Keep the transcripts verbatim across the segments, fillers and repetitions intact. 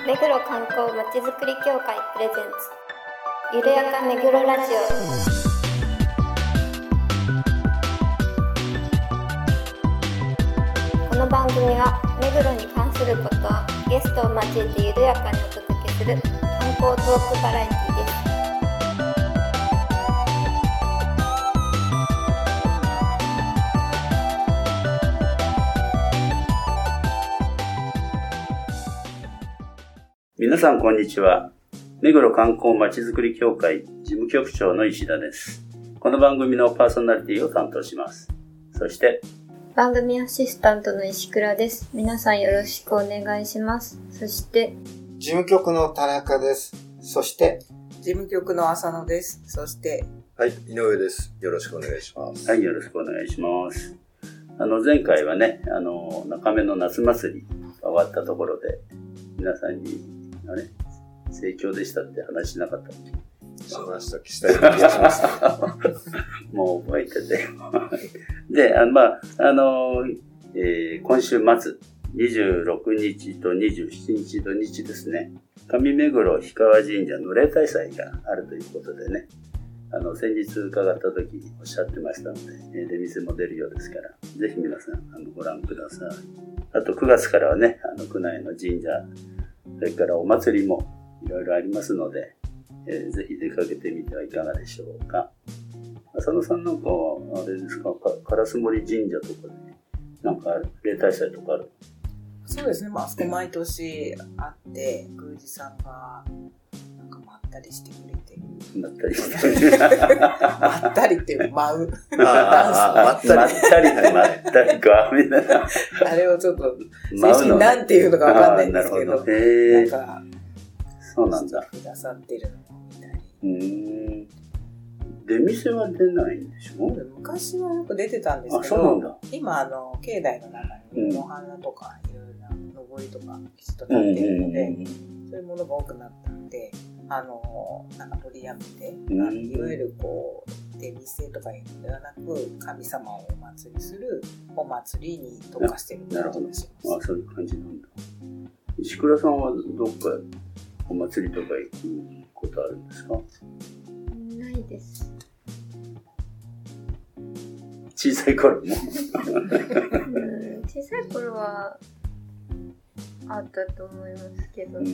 目黒観光まちづくり協会プレゼンツゆるやか目黒ラジオ。この番組は目黒に関することをゲストを交えてゆるやかにお届けする観光トークバラエティです。 皆さんこんにちは。目黒観光まちづくり協会事務局長の石田です。この番組のパーソナリティを担当します。そして番組アシスタントの石倉です。皆さんよろしくお願いします。そして事務局の田中です。そして事務局の浅野です。そしてはい、井上です。よろしくお願いします。 はい、よろしくお願いします。あの前回はね、あの中目の夏祭りが終わったところで皆さんにあれ盛況でしたって話しなかったっけ？ しましたっけ？したような気がします、ね、 もう覚えててで、あの、まあ、あの、えー、今週末にじゅうろくにちとにじゅうしちにち土日ですね、上目黒氷川神社の例大祭があるということでね、あの先日伺った時おっしゃってましたので、出店も出るようですから、ぜひ皆さんあのご覧ください。あとくがつからはね、あの区内の神社、それからお祭りもいろいろありますので、えー、ぜひ出かけてみてはいかがでしょうか。浅野さんなんかあれですか、烏森神社とかでなんか例大祭とかある？ そうですね、まあ、あそこ毎年あって宮司さんがなんかまったりしてくれてまったりしてまったりっていう舞うダンスまったりってまったりかみたいなあれをちょっと正式になんていうのかわかんないんですけど、 なるほど、 なんかそうなんだ、 くださってるのを見たり。 うーん、出店は出ないんでしょ？ 昔はよく出てたんですけど、あ、そうなんだ。 今あの境内の中に野花とかいろいろな上りとかきちっと立っているので、うんうんうん、そういうものが多くなったので、あのなんか取りやめて、うん、いわゆるこう出店とかいうのではなく神様をお祭りするお祭りに特化している感じがします。 あ、そういう感じなんだ。石倉さんはどっかお祭りとか行くことあるんですか？ ないです。 小さい頃もうん、 小さい頃はあったと思いますけど、うん、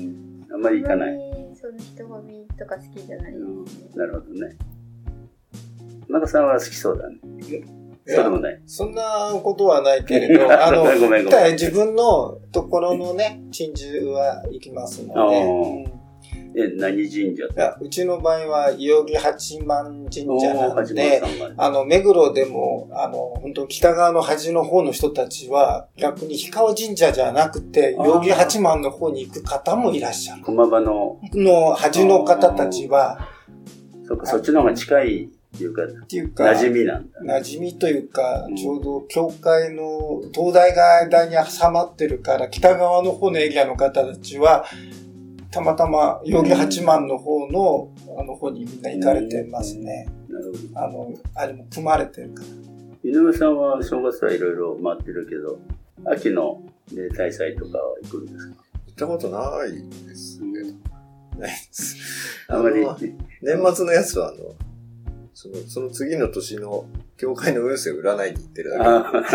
あんまり行かない。 その人混みとか好きじゃないですね、 うん、なるほどね。田中さんは好きそうだね。そうでもない。 そんなことはないけれど、あの、ごめんごめん。自分のところのね、鎮守は行きますので。 え、何神社？いや、うちの場合は、代々木八幡神社なので、あの、目黒でも、あの、本当北側の端の方の人たちは、逆に氷川神社じゃなくて、代々木八幡の方に行く方もいらっしゃる。 駒場の。 の端の方たちは、 そっか、そっちの方が近いっていうか、っていうか、馴染みなんだ。 馴染みというか、ちょうど教会の東大が間に挟まってるから、北側の方のエリアの方たちは、たまたま代々木八幡の方の、あの方にみんな行かれてますね。 なるほど。 あの、あれも組まれてるから。 井上さんは正月はいろいろ回ってるけど、秋の例大祭とかは行くんですか？ 行ったことないですけど。ないです。 あまり。 年末のやつは、あの、その、その次の年の教会の運勢を占いに行ってるだ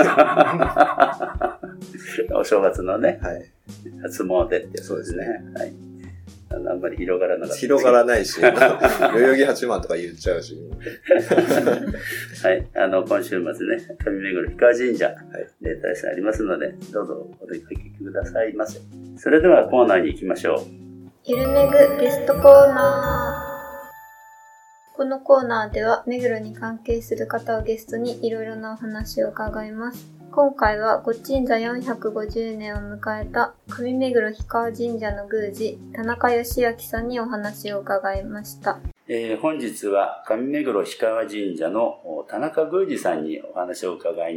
け。お正月のね。 はい。 初詣ってそうですね。はい。あの、あんまり広がらなかった。 広がらないし、代々木八幡とか言っちゃうし。 はい。あの、今週末ね、上目黒氷川神社、例大祭ありますので、どうぞお出かけくださいませ。それではコーナーに行きましょう。 ゆるめぐゲストコーナー。このコーナーでは、目黒に関係する方をゲストにいろいろなお話を伺います。今回はご鎮座よんひゃくごじゅうねんを迎えた上目黒氷川神社の宮司田中義明さんにお話を伺いました。 えー、本日は上目黒氷川神社の田中宮司さんにお話を伺いに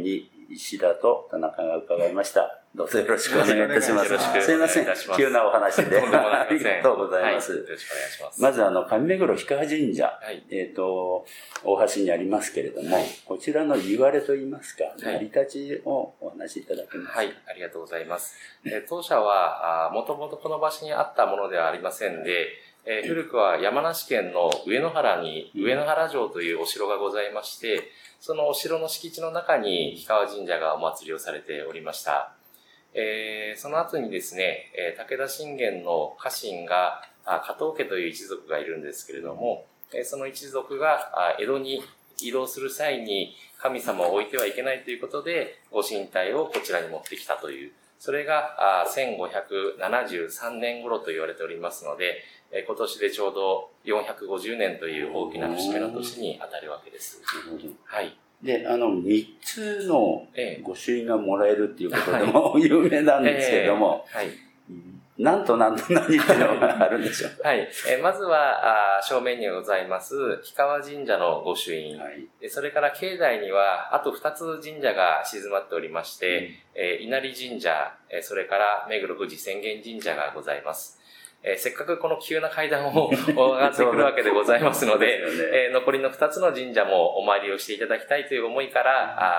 石田と田中が伺いました。どうぞよろしくお願いいたします。すいません。急なお話で。ありがとうございます。 よろしくお願いします。 まず、あの、上目黒氷川神社。はい、えっと、大橋にありますけれども、はい、こちらの言われといいますか、成り立ちをお話しいただけますか。 はい、ありがとうございます。え当社は、もともとこの場所にあったものではありませんで、えー、古くは山梨県の上野原に上野原城というお城がございまして、そのお城の敷地の中に氷川神社がお祭りをされておりました。えー、その後にですね、えー、武田信玄の家臣が加藤家という一族がいるんですけれども、えー、その一族が江戸に移動する際に神様を置いてはいけないということで、ご神体をこちらに持ってきたという、それがせんごひゃくななじゅうさんねん頃と言われておりますので、今年でちょうどよんひゃくごじゅうねんという大きな節目の年に当たるわけです。はい。 で、あの、三つの御朱印がもらえるっていうことでも、はい、有名なんですけれども、はい。なんとなんと何っていうのがあるんでしょうか。 はい。えまずは、あ正面にございます、氷川神社の御朱印。はい、でそれから境内には、あと二つ神社が静まっておりまして、うん、え稲荷神社、えそれから目黒富士浅間神社がございます。えー、せっかくこの急な階段を上がってくるわけでございますので、ねえー、残りのふたつの神社もお参りをしていただきたいという思いから、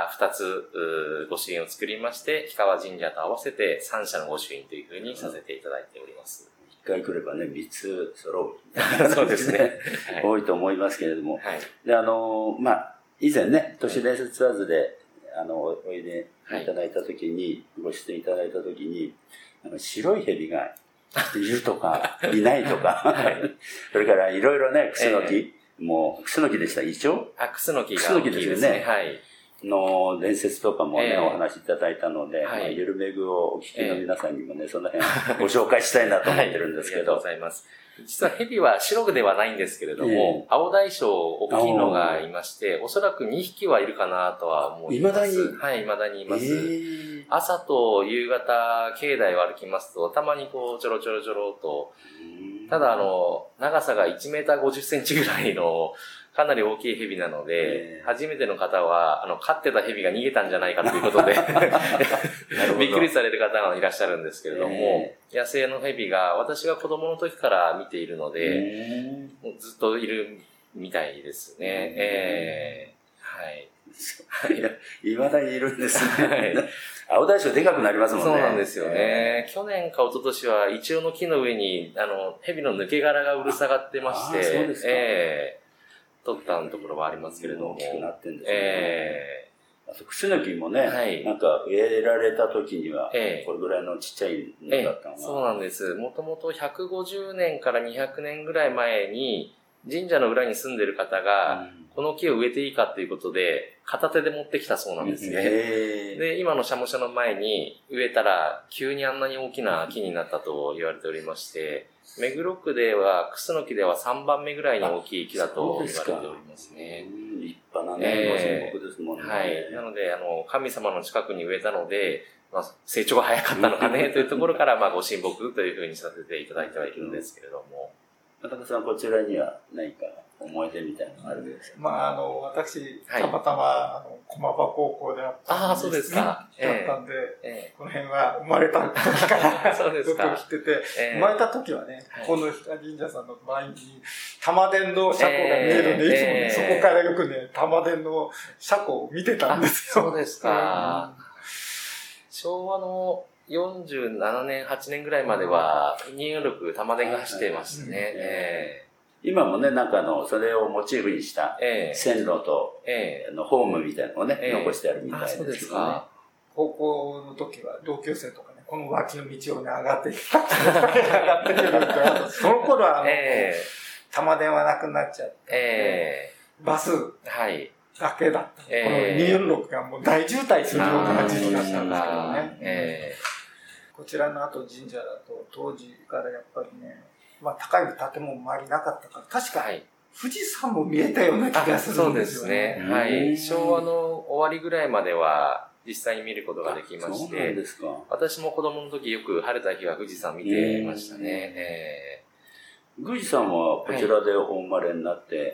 ふたつ御朱印を作りまして、氷川神社と合わせてさん社の御朱印というふうにさせていただいております。 一回来ればね、みっつ揃う。そうですね。 はい、多いと思いますけれども。はい、で、あのー、まあ、以前ね、都市伝説ツアーズで、あの、おいでいただいたときに、はい、ご出演いただいたときに、なんか白い蛇が、いるとか、いないとか、はい、それからいろいろね、クスノキ、えー、もう、クスノキでした、イチョウあ、クスノキがクスノキですよね。 はい。 の伝説とかもね、えー、お話しいただいたので、はい、まあ、ゆるめぐをお聞きの皆さんにもね、えー、その辺ご紹介したいなと思ってるんですけど。 はい、ありがとうございます。実は蛇は白ではないんですけれども、えー、青大将大きいのがいまして、おそらくにひきはいるかなとは思います。 未だにはい、未だにいます。えー朝と夕方、境内を歩きますと、たまにこう、ちょろちょろちょろと、ただあの、長さがいちメーターごじゅっセンチぐらいの、かなり大きい蛇なので、初めての方は、あの、飼ってた蛇が逃げたんじゃないかということで、びっくりされる方がいらっしゃるんですけれども、野生の蛇が私が子供の時から見ているので、ずっといるみたいですね。えー、はい。 いまだにいるんですね。はい、青大将でかくなりますもんね。 そうなんですよね。去年か一昨年はイチョウの木の上に、あの、蛇の抜け殻がうるさがってまして、 そうですか。 えー、取ったところはありますけれども。 大きくなってんですね。 えー、あと、クスノキもね、はい、なんか植えられた時には、えー、これぐらいのちっちゃいのだったのが、 えー、そうなんです。もともとひゃくごじゅうねんからにひゃくねんぐらい前に、神社の裏に住んでる方が、うん、この木を植えていいかということで、片手で持ってきたそうなんですね。で、今の社務所の前に植えたら、急にあんなに大きな木になったと言われておりまして、目黒区では、クスノキではさんばんめぐらいに大きい木だと言われておりますね。 立派なね、ご神木ですもんね。 はい。なので、あの、神様の近くに植えたので、まあ、成長が早かったのかね、というところから、まあ、ご神木というふうにさせていただいてはいるんですけれども。 中田さん、こちらには何か思い出みたいなのがあるんですか？ まあ、あの、私、たまたま、はい、あの、駒場高校であったんで、 ああ、そうですか。 だったんで、ええ、この辺は生まれた時からそうですかずっと来てて、え、生まれた時はね、はい、この神社さんの前に、玉電の車庫が見えるんで、え、いつもね、そこからよくね、玉電の車庫を見てたんですよ。 そうですか。うん、昭和のよんじゅうななねん、はちねんぐらいまでは、にーよんろく玉電が走ってましたね。えー、今もね、なんかの、それをモチーフにした線路と、えー、のホームみたいなのをね、えー、残してあるみたいですけどね。そうですか。 高校の時は同級生とかね、この脇の道をね、上がってきた。上がってくるんで、その頃は、あの、えー、玉電はなくなっちゃって、えー、バス。はい。だけだった。えー、このにーよんろくがもう大渋滞するような時期だったんですけどね。えー、こちらの後神社だと、当時からやっぱりね、まあ高い建物もあまりなかったから、確か、はい、富士山も見えたような気がするんですよね。 そうですね。はい。昭和の終わりぐらいまでは、実際に見ることができまして、そうなんですか。私も子供の時よく晴れた日は富士山見てましたね。えー、富士山はこちらでお生まれになって、えー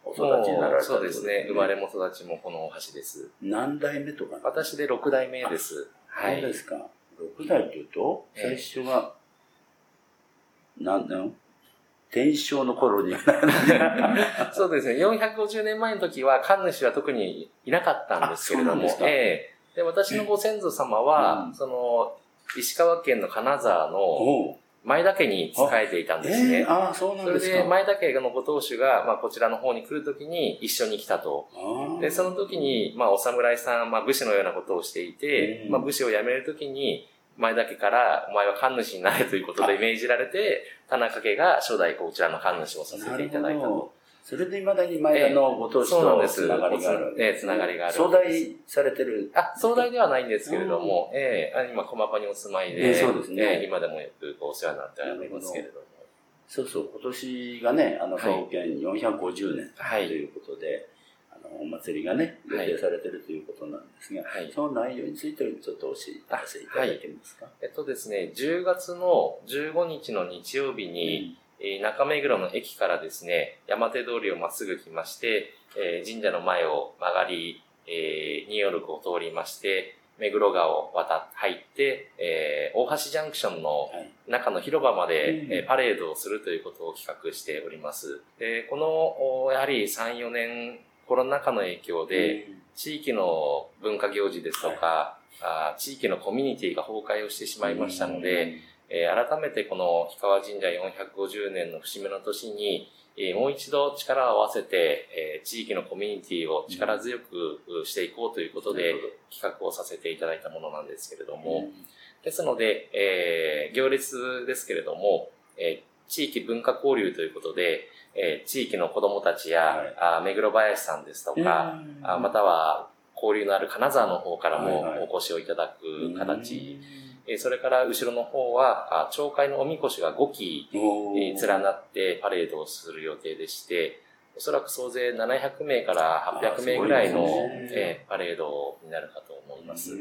お育ちになられたそうですね。生まれも育ちもこの大橋です。 何代目とか？ 私でろく代目です。 はい。そうですか。ろく代というと、最初が、えー、何年天正の頃に。 そうですね。よんひゃくごじゅうねんまえの時は、神主は特にいなかったんですけれども、えー、で私のご先祖様は、うん、その、石川県の金沢の前田家に仕えていたんですね。 あ、えー、あそうなんですか。 それで前田家のご当主が、まあ、こちらの方に来る時に一緒に来たと。で、その時に、まあ、お侍さん、まあ、武士のようなことをしていて、うん、まあ、武士を辞める時に、前田家から、お前は神主になれということで命じられて、田中家が初代こちらの神主をさせていただいたと。 それで未だに前田のご当主とつながりがある。 ええ、つながりがある。 総代されてる。 あ、総代ではないんですけれども、ええ、今、駒場にお住まいで、そうですね。今でもよくお世話になっておりますけれども。 そうそう、今年がね、あの、創建よんひゃくごじゅうねんということで、お祭りがね、予定されているということなんですが、はい、その内容についてちょっとお知らせいただけますか？はい、 えっとですね、じゅうがつのじゅうごにちの日曜日に、うん、えー、中目黒の駅からですね、山手通りをまっすぐ来まして、えー、神社の前を曲がり、えー、にひゃくよんじゅうろくを通りまして、目黒川を渡って入って、えー、大橋ジャンクションの中の広場まで、はい、えー、パレードをするということを企画しております。で、この、やはりさん、よねん、コロナ禍の影響で、地域の文化行事ですとか、はい、あ地域のコミュニティが崩壊をしてしまいましたので、えー、改めてこの氷川神社よんひゃくごじゅうねんの節目の年に、えー、もう一度力を合わせて、えー、地域のコミュニティを力強くしていこうということで、企画をさせていただいたものなんですけれども、ですので、えー、行列ですけれども、えー、地域文化交流ということで、えー、地域の子どもたちや、はい、あ目黒林さんですとか、あまたは交流のある金沢の方からもお越しをいただく形、えー、それから後ろの方は、町会のおみこしがごき、えー、連なってパレードをする予定でして、おそらく総勢ななひゃくめいからはっぴゃくめいぐらいの、えー、パレードになるかと思います。はい。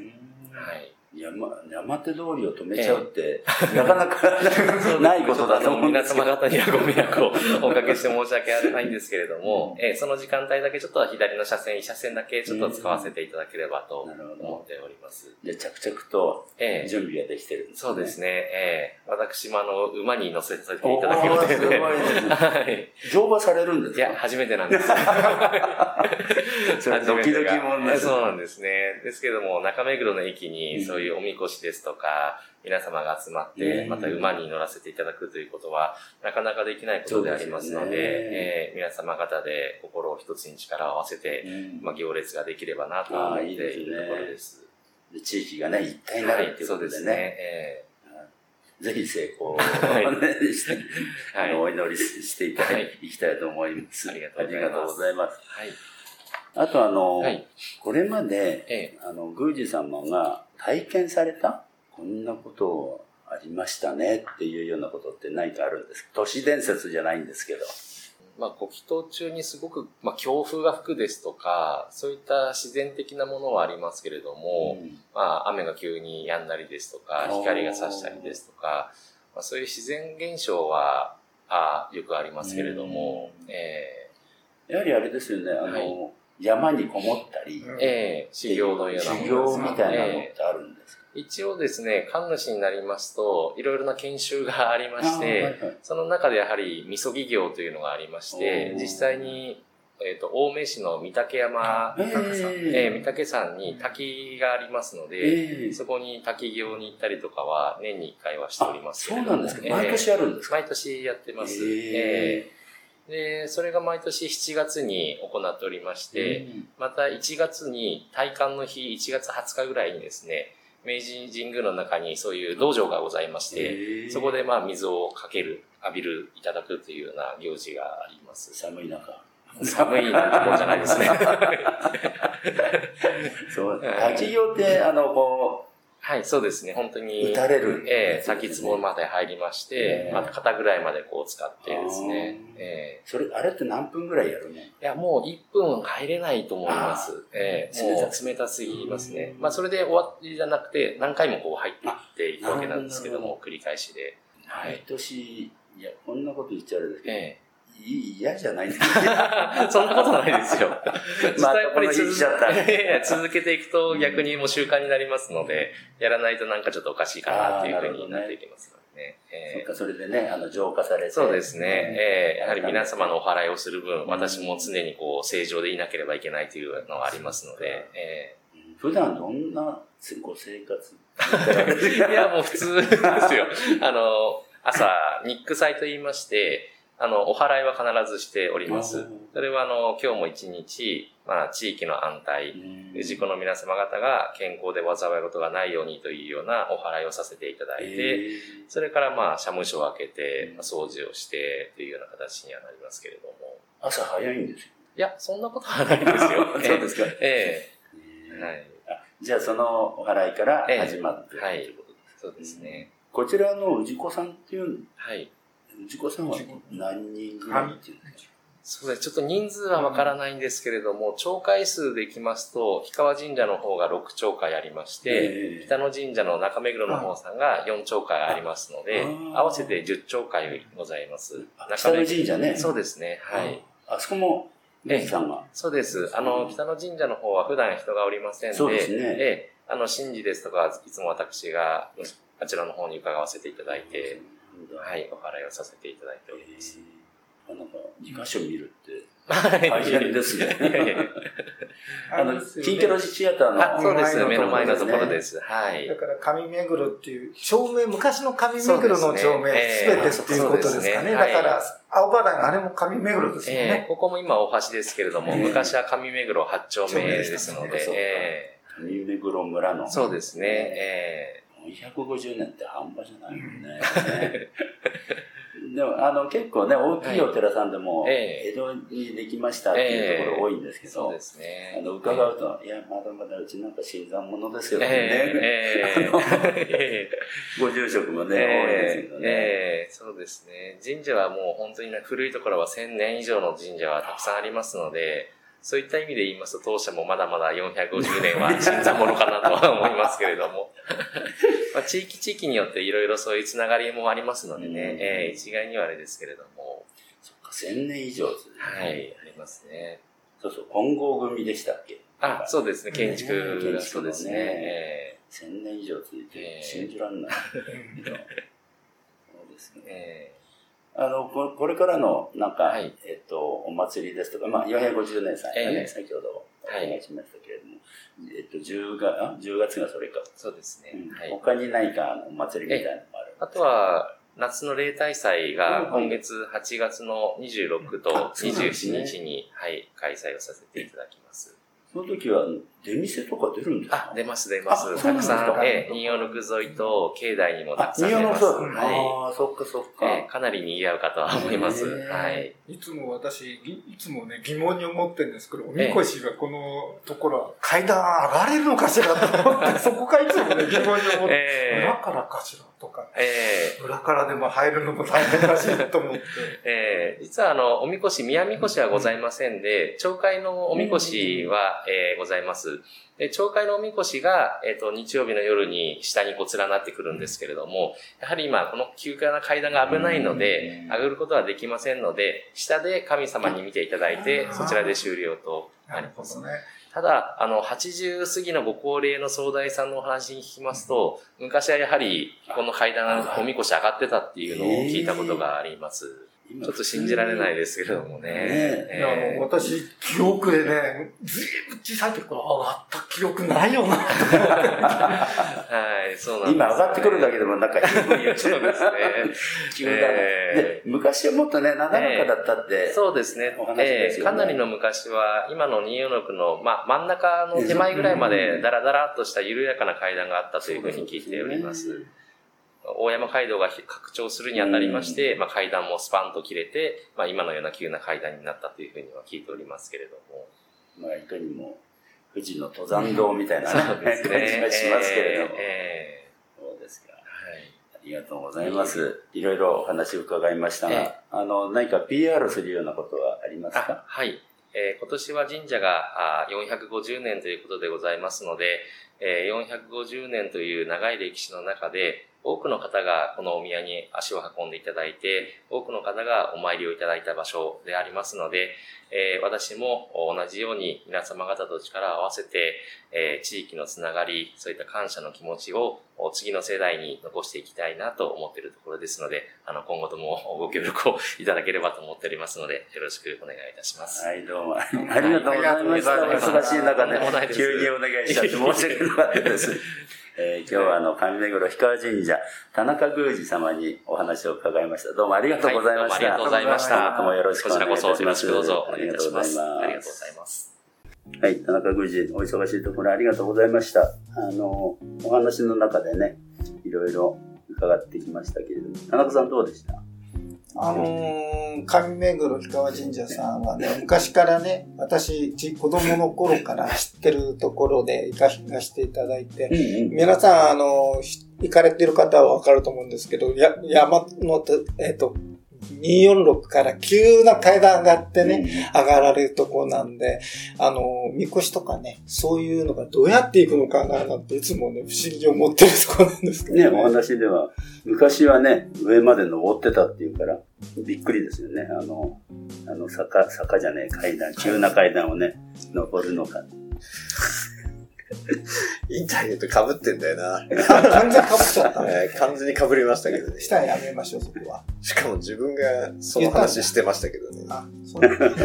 山、山手通りを止めちゃうって、ええ、なかなかないことだと思うんですけど。 皆様方にはご迷惑をおかけして申し訳ないんですけれども、うん、ええ、その時間帯だけちょっと左の車線、いち車線だけちょっと使わせていただければと思っております。 で、着々と準備ができてるんですね。 そうですね。ええ、私もあの、馬に乗せていただけるので、ね。はい。 乗馬されるんですか？ いや、初めてなんです。 それドキドキもんです。 そうなんですね。ですけども、中目黒の駅にそういうおみこしですとか、皆様が集まって、また馬に乗らせていただくということは、なかなかできないことでありますので、えー、皆様方で心を一つに力を合わせて、まあ、行列ができればなと思っているところです。 で地域がね、一体になるということでね。はい、そうですね。えー、ぜひ成功を、ねしてはい、お祈りしていただきたいと思います。 ありがとうございます。ありがとうございます。はい。 あとあの、はい、これまで、ええ、あの、宮司様が体験されたこんなことありましたねっていうようなことって何かあるんですか？都市伝説じゃないんですけど。 まあ、ご祈祷中にすごく、まあ、強風が吹くですとか、そういった自然的なものはありますけれども、うん、まあ、雨が急に止んだりですとか、光が差したりですとか、まあ、そういう自然現象は、あよくありますけれども、うん、えー、やはりあれですよね、あの、はい、山にこもったり、 ええ、修行のようなもの修行みたいなのってあるんですか？ ええ、一応ですね、神主になりますと、いろいろな研修がありまして、はいはい、その中でやはり、みそぎ行というのがありまして、実際に、えっと、青梅市の御嶽山、えーえー、御嶽山に滝がありますので、えー、そこに滝行に行ったりとかは、年にいっかいはしておりますけれども。 そうなんですか？毎年やるんですか？ 毎年やってます。えーえーで、それが毎年しちがつに行っておりまして、うん、またいちがつに大寒の日、いちがつはつかぐらいにですね、明治神宮の中にそういう道場がございまして、そこでまあ水をかける、浴びる、いただくというような行事があります。 寒い中。 寒いなんてもんじゃないですね。 そう。滝行って、あの、こう、 はい、そうですね。本当に。 打たれる。 ええー、先壺まで入りまして、えー、また肩ぐらいまでこう使ってですね。ええー、それ、あれって何分ぐらいやるの？いや、もういっぷん入れないと思います。ええー、もう冷たすぎますね。まあ、それで終わりじゃなくて、何回もこう入っていくわけなんですけども、繰り返しで。 毎年、いや、こんなこと言っちゃあれですけど、え嫌じゃないんですそんなことないですよ。 まあ、 やっぱり続続けていくと逆にもう習慣になりますので、やらないとなんかちょっとおかしいかなっていうふうになっていきますのでね。 えー、そうか、それでね、あの、浄化されて。 そうですね。えー、やはり皆様のお払いをする分、私も常にこう、正常でいなければいけないというのがありますので、えー、普段どんなご生活いや、もう普通ですよ。あの、朝、ニック祭と言いまして、あの、お払いは必ずしております。それはあの、今日も一日、まあ、地域の安泰、氏子の皆様方が健康で災い事がないようにというようなお払いをさせていただいて、それからまあ、社務所を開けて、掃除をしてというような形にはなりますけれども。 朝早いんですよ。 いや、そんなことはないですよ。 そうですか。 ええ。はい。 じゃあ、そのお払いから始まっている、 はい、 ということです。 そうですね。 こちらの氏子さんっていう、 はい。 氏子さんは何人ぐらいっていうんですか？ そうです。ちょっと人数はわからないんですけれども、町会数でいきますと、氷川神社の方がろく町会ありまして、北野神社の中目黒の方さんがよん町会ありますので、合わせてじゅっ町会ございます。 北野神社ね。 そうですね。はい。 あそこも、えさんが。 そうです。あの、北野神社の方は普段人がおりませんで、 そうですね。 ええ、あの、神事ですとか、いつも私があちらの方に伺わせていただいて、はい、お払いをさせていただいております。 なんか、に箇所見るって大変ですね。あの、金キャロシアターの。 そうです、目の前のところです。はい。 だから、上目黒っていう、町名、昔の上目黒の町名、すべてっていうことですかね。だから、青葉台のあれも上目黒ですよね。 ここも今大橋ですけれども、昔は上目黒はち丁目ですので、 上目黒村の。 そうですね。ええ。 よんひゃくごじゅうねんって半端じゃないもんね。でも、あの、結構ね、大きいお寺さんでも、江戸にできましたっていうところ多いんですけど、 そうですね。 あの、伺うと、いや、まだまだうちなんか新参者ですよね。ご住職もね、多いですけどね。 そうですね。神社はもう本当に古いところはせんねん以上の神社はたくさんありますので、そういった意味で言いますと、当社もまだまだよんひゃくごじゅうねんは新参者かなとは思いますけれども。まあ、地域地域によっていろいろそういうつながりもありますのでね、えー、一概にはあれですけれども。 そっか、せんねん以上ですね。 はい、ありますね。 そうそう、金剛組でしたっけ？ あ、そうですね、建築がそうですね。 せんねん以上続いて、信じらんない。そうですね。あの、これからの、なんか、えっと、お祭りですとか、まあ、よんひゃくごじゅうねん祭がね、先ほどお話ししましたけれども、えっと、じゅうがつがそれか。 そうですね。 他に何かお祭りみたいなのもある？ あとは、夏の例大祭が今月はちがつのにじゅうろくとにじゅうしちにちに、はい、開催をさせていただきます。 その時は出店とか出るんですか？ あ、出ます出ます。たくさん、ええ、によろく沿いと境内にもたくさん出ます。 はい。ああ、そっかそっか。 ええ、かなり賑わうかとは思います。はい。 いつも私、いつもね、疑問に思ってるんですけど、おみこしがこのところは階段上がれるのかしらと思って、そこがいつもね、疑問に思って、えー、裏からかしらとか、えー、裏からでも入るのも大変らしいと思って。 えー、実はあの、おみこし、宮みこしはございませんで、町会のおみこしは、えー、ございます。で、町会のおみこしが、えっと、日曜日の夜に下にこう連なってくるんですけれども、やはり今、この急な階段が危ないので、上がることはできませんので、下で神様に見ていただいて、そちらで終了となります。ただ、あの、はちじゅう過ぎのご高齢の総大さんのお話に聞きますと、昔はやはり、この階段、おみこし上がってたっていうのを聞いたことがあります。ちょっと信じられないですけれどもね。ねえー、あの私、記憶でね、ずいぶん小さい時から上がった記憶ないよな。 はい、そうなんです、ね。 今上がってくるだけでもなんか低く言っちゃうんですね。急だ、えー、で、昔はもっとね、なだらかだったって、 えー。そうですね。お話ですよね、えー。かなりの昔は、今のにじゅうよくの、まあ、真ん中の手前ぐらいまでだらだらっとした緩やかな階段があったというふうに聞いております。大山街道が拡張するにあたりまして、まあ、階段もスパンと切れて、まあ、今のような急な階段になったというふうには聞いておりますけれども。 まあ、いかにも、富士の登山道みたいな、ね、感じがしますけれども。えー、そうですか。はい。ありがとうございます。いろいろお話を伺いましたが、えー、あの、何か ピーアール するようなことはありますか？ はい。えー、今年は神社がよんひゃくごじゅうねんということでございますので、えー、よんひゃくごじゅうねんという長い歴史の中で、 多くの方がこのお宮に足を運んでいただいて、多くの方がお参りをいただいた場所でありますので、えー、私も同じように皆様方と力を合わせて、えー、地域のつながり、そういった感謝の気持ちを次の世代に残していきたいなと思っているところですので、あの、今後ともご協力をいただければと思っておりますので、よろしくお願いいたします。 はい、どうもありがとうございました。お忙しい中で、急にお願いしちゃって申し訳なかったです。えー、今日はあの、上目黒氷川神社、田中宮司様にお話を伺いました。どうもありがとうございました。 はい、どうもありがとうございました。 今後ともよろしくお願いいたします。 こちらこそよろしくどうぞお願いいたします。 ありがとうございます。 ありがとうございます。 はい、田中宮司、お忙しいところありがとうございました。あの、お話の中でね、いろいろ伺ってきましたけれども、田中さんどうでした？ あのー、上目黒氷川神社さんはね、昔からね、私、子供の頃から知ってるところで行かせていただいて、うんうん、皆さん、あの、行かれてる方はわかると思うんですけど、や山の、えっと、にひゃくよんじゅうろくから急な階段上がってね、うん、上がられるとこなんで、あの、みこしとかね、そういうのがどうやって行くのかななんていつもね、不思議に思ってるとこなんですけどね。 ね、お話では、昔はね、上まで登ってたっていうから、びっくりですよね。あの、あの、坂、坂じゃねえ、階段、急な階段をね、登るのか。 インタビューと被ってんだよな。 完全に被っちゃった。 えー、完全に被りましたけどね。 したらやめましょう、そこは。 しかも自分がその話してましたけどね。あ、そうなんだ。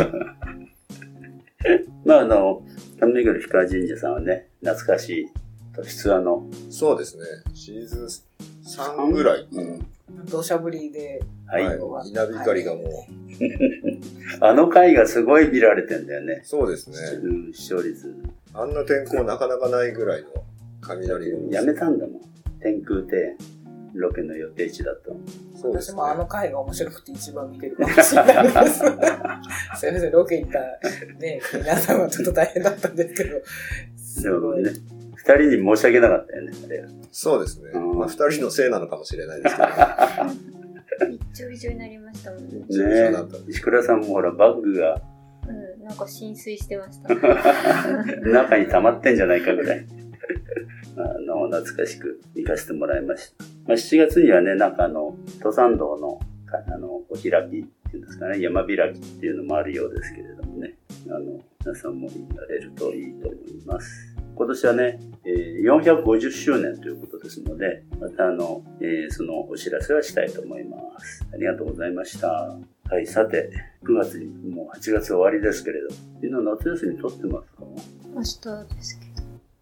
まあ、あの、上目黒氷川神社さんはね、懐かしい年話の。 そうですね。シーズンさんぐらい。 うん。土砂降りで。 はい。 稲光がもう。 あの回がすごい見られてんだよね。 そうですね。 うん、視聴率。 あんな天候なかなかないぐらいの雷が。 やめたんだもん。天空庭園。ロケの予定地だった。 そうですね。私もあの回が面白くて一番見てるかもしれないです。それぞれロケ行ったね、皆さんはちょっと大変だったんですけど。 でもね、二人に申し訳なかったよね、あれは。 そうですね。まあ二人のせいなのかもしれないですけど。 びっちょびちょになりましたもんね。 ねえ。石倉さんもほら、バッグが。 うん、なんか浸水してました。 中に溜まってんじゃないかぐらい。あの、懐かしく行かせてもらいました。まあ、しちがつにはね、なんかあの、登山道の、あの、お開きっていうんですかね、山開きっていうのもあるようですけれどもね、あの、皆さんも行かれるといいと思います。今年はね、えー、よんひゃくごじゅっしゅうねんということですので、またあの、えー、そのお知らせはしたいと思います。ありがとうございました。はい、さて、くがつにもうはちがつ終わりですけれど、みんな夏休み取ってますか？ 明日ですけど。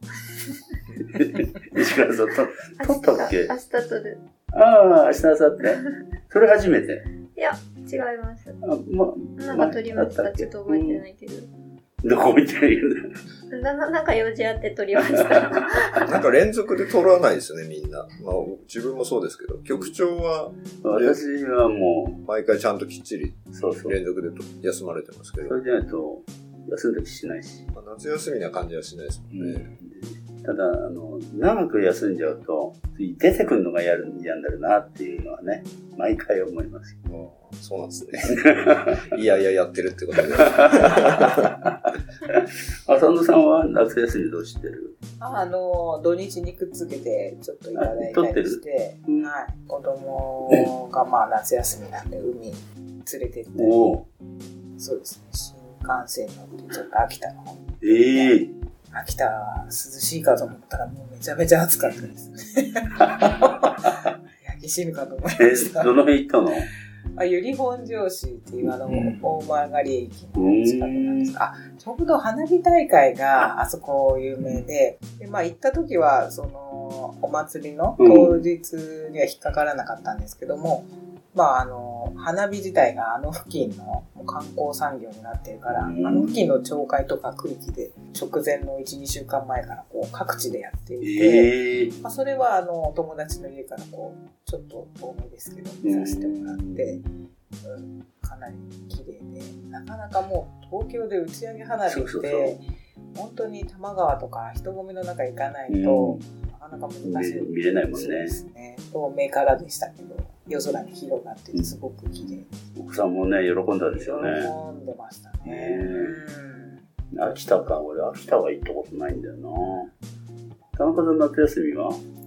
石倉さん、と、取ったっけ？ 明日取る。 ああ、明日、明後日。それ初めて？ いや、違います。 あ、ま、 なんか取りました。ちょっと覚えてないけど。 どこ見てるんだな、なんか用事あって取りました。 なんか連続で取らないですよね、みんな。まあ、自分もそうですけど、局長は、 私はもう、 毎回ちゃんときっちり、 そうそう。 連続で休まれてますけど。 それじゃないと、休んだりしないし。 まあ、夏休みな感じはしないですもんね。 うん、ただ、あの、長く休んじゃうと、出てくるのがやる、嫌になるなっていうのはね、毎回思います。 ああ、そうなんですね。いやいややってるってことで。 浅野さんは夏休みどうしてる？ あの、土日にくっつけてちょっといただいたりして、うん、はい。子供がまあ夏休みなんで海連れて行ったり、そうですね、新幹線乗ってちょっと秋田の方に。 ええー。 秋田は涼しいかと思ったらもうめちゃめちゃ暑かったですね。焼け死ぬかと思いました。 え、どの辺行ったの？ あ、由利本荘市っていうあの、うん、大曲駅の近くなんですが、あ、ちょうど花火大会があそこ有名で、で、まあ行った時は、その、お祭りの当日には引っかからなかったんですけども、うん、まああの、花火自体があの付近の観光産業になってるから、うん、あの付近の町会とか区域で直前のいち、にしゅうかんまえからこう各地でやっていて、えーまあ、それはあの友達の家からこうちょっと遠目ですけど見させてもらって、うん、かなり綺麗で、なかなかもう東京で打ち上げ花火ってそうそうそう本当に多摩川とか人混みの中行かないと、うん、なかなか難しい、 見れないもんね。 ですね。透明からでしたけど、夜空に広がっててすごく綺麗。 奥さんもね喜んだでしょうね。 喜んでましたね。 うん、秋田か、俺秋田は行ったことないんだよな。田中さん夏休みは？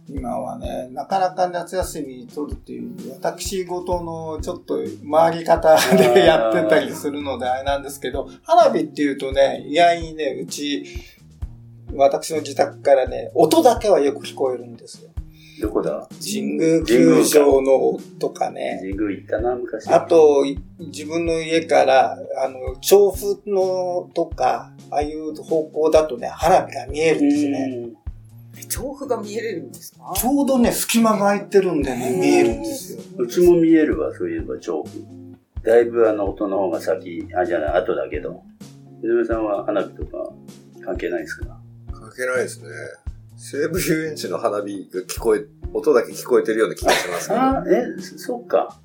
今はね、なかなか夏休み取るっていう、私事のちょっと回り方でやってたりするのであれなんですけど、花火っていうとね、意外にね、うち、私の自宅からね、音だけはよく聞こえるんですよ。 どこだ？ 神宮球場の音とかね。 神宮行ったな、昔。 あと、自分の家から、あの、調布のとか、ああいう方向だとね、花火が見えるんですね。 調布が見えれるんですか？ ちょうどね、隙間が空いてるんでね、見えるんですよ。 うちも見えるわ、そういえば調布。だいぶあの音の方が先、あ、じゃない、後だけど。井上さんは花火とか関係ないですか？ 関係ないですね。西武遊園地の花火が聞こえ、音だけ聞こえてるような気がしますけど。 あ、え、そっか。 はい。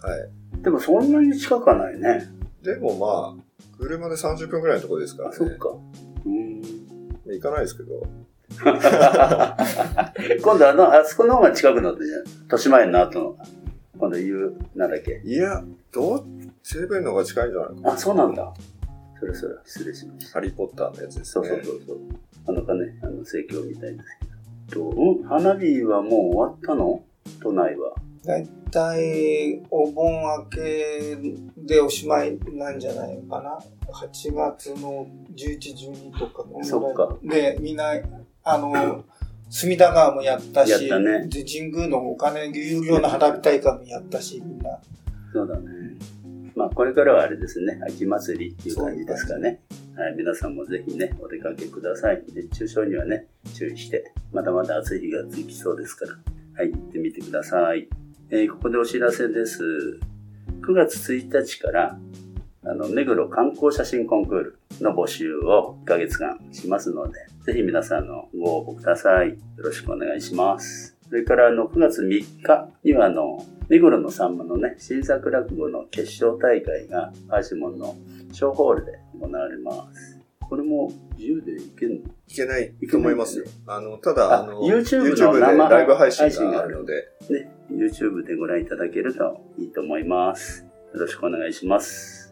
でもそんなに近くはないね。 でもまあ、車でさんじゅっぷんくらいのところですからね。 そっか。うん。 行かないですけど。 今度あの、あそこの方が近くなってじゃん。豊島園の後の。今度言う、なんだっけ。 いや、どう、西武園の方が近いんじゃないか。 あ、そうなんだ。それそれ、失礼しました。 ハリーポッターのやつですね。 そうそうそうそう。あのかね、あの、盛況みたいですけど。うん、花火はもう終わったの？都内は。 だいたいお盆明けでおしまいなんじゃないのかな。はちがつのじゅういち、じゅうにとかのそっか。 で、みんな、あの、隅田川もやったし、 やったね、 で神宮のお金有料の花火大会もやったし、みんな。 そうだね。まあ、これからはあれですね、秋祭りっていう感じですかね。はい、皆さんもぜひね、お出かけください。熱中症にはね、注意して、まだまだ暑い日が続きそうですから、はい、行ってみてください。えー、ここでお知らせです。くがつついたちから、あの、目黒観光写真コンクールの募集をいっかげつかんしますので、ぜひ皆さんのご応募ください。よろしくお願いします。それからあのくがつみっかにはあの目黒のさんまのね新作落語の決勝大会がパーシモンの小ホールで行われます。これも自由でいけんの？ いけないと思いますよ。あのただあの YouTube の生ライブ配信があるので、 ね YouTube でご覧いただけるといいと思います。よろしくお願いします。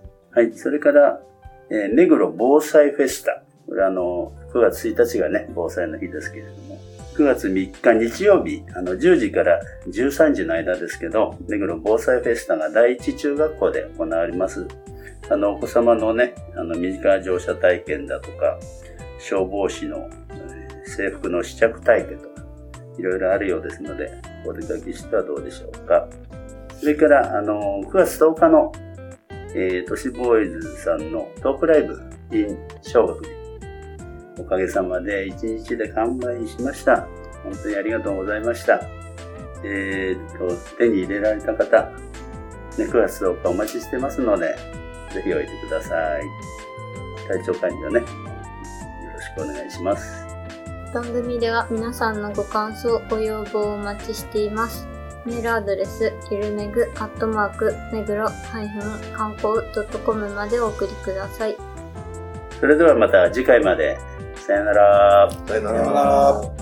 はい、それから、えー、目黒防災フェスタ。これあのくがつついたちがね防災の日ですけれども。くがつみっか日曜日、あのじゅうじからじゅうさんじの間ですけど、目黒防災フェスタが第一中学校で行われます。あの、お子様のね、あの、身近乗車体験だとか、消防士の、えー、制服の試着体験とか、いろいろあるようですので、お出かけしてはどうでしょうか。それから、あの、くがつとおかの、えー、都市ボーイズさんのトークライブ in 小学日。おかげさまでいちにちで完売しました。本当にありがとうございました。えーと、手に入れられた方、ね、くがつとおかお待ちしてますので、ぜひおいでください。体調管理をね、よろしくお願いします。 番組では皆さんのご感想、ご要望をお待ちしています。メールアドレス、ゆるめぐ、アットマーク、めぐろ、ハイフン、観光 .com までお送りください。 それではまた次回まで。さよなら。 さよなさよなら。 ら。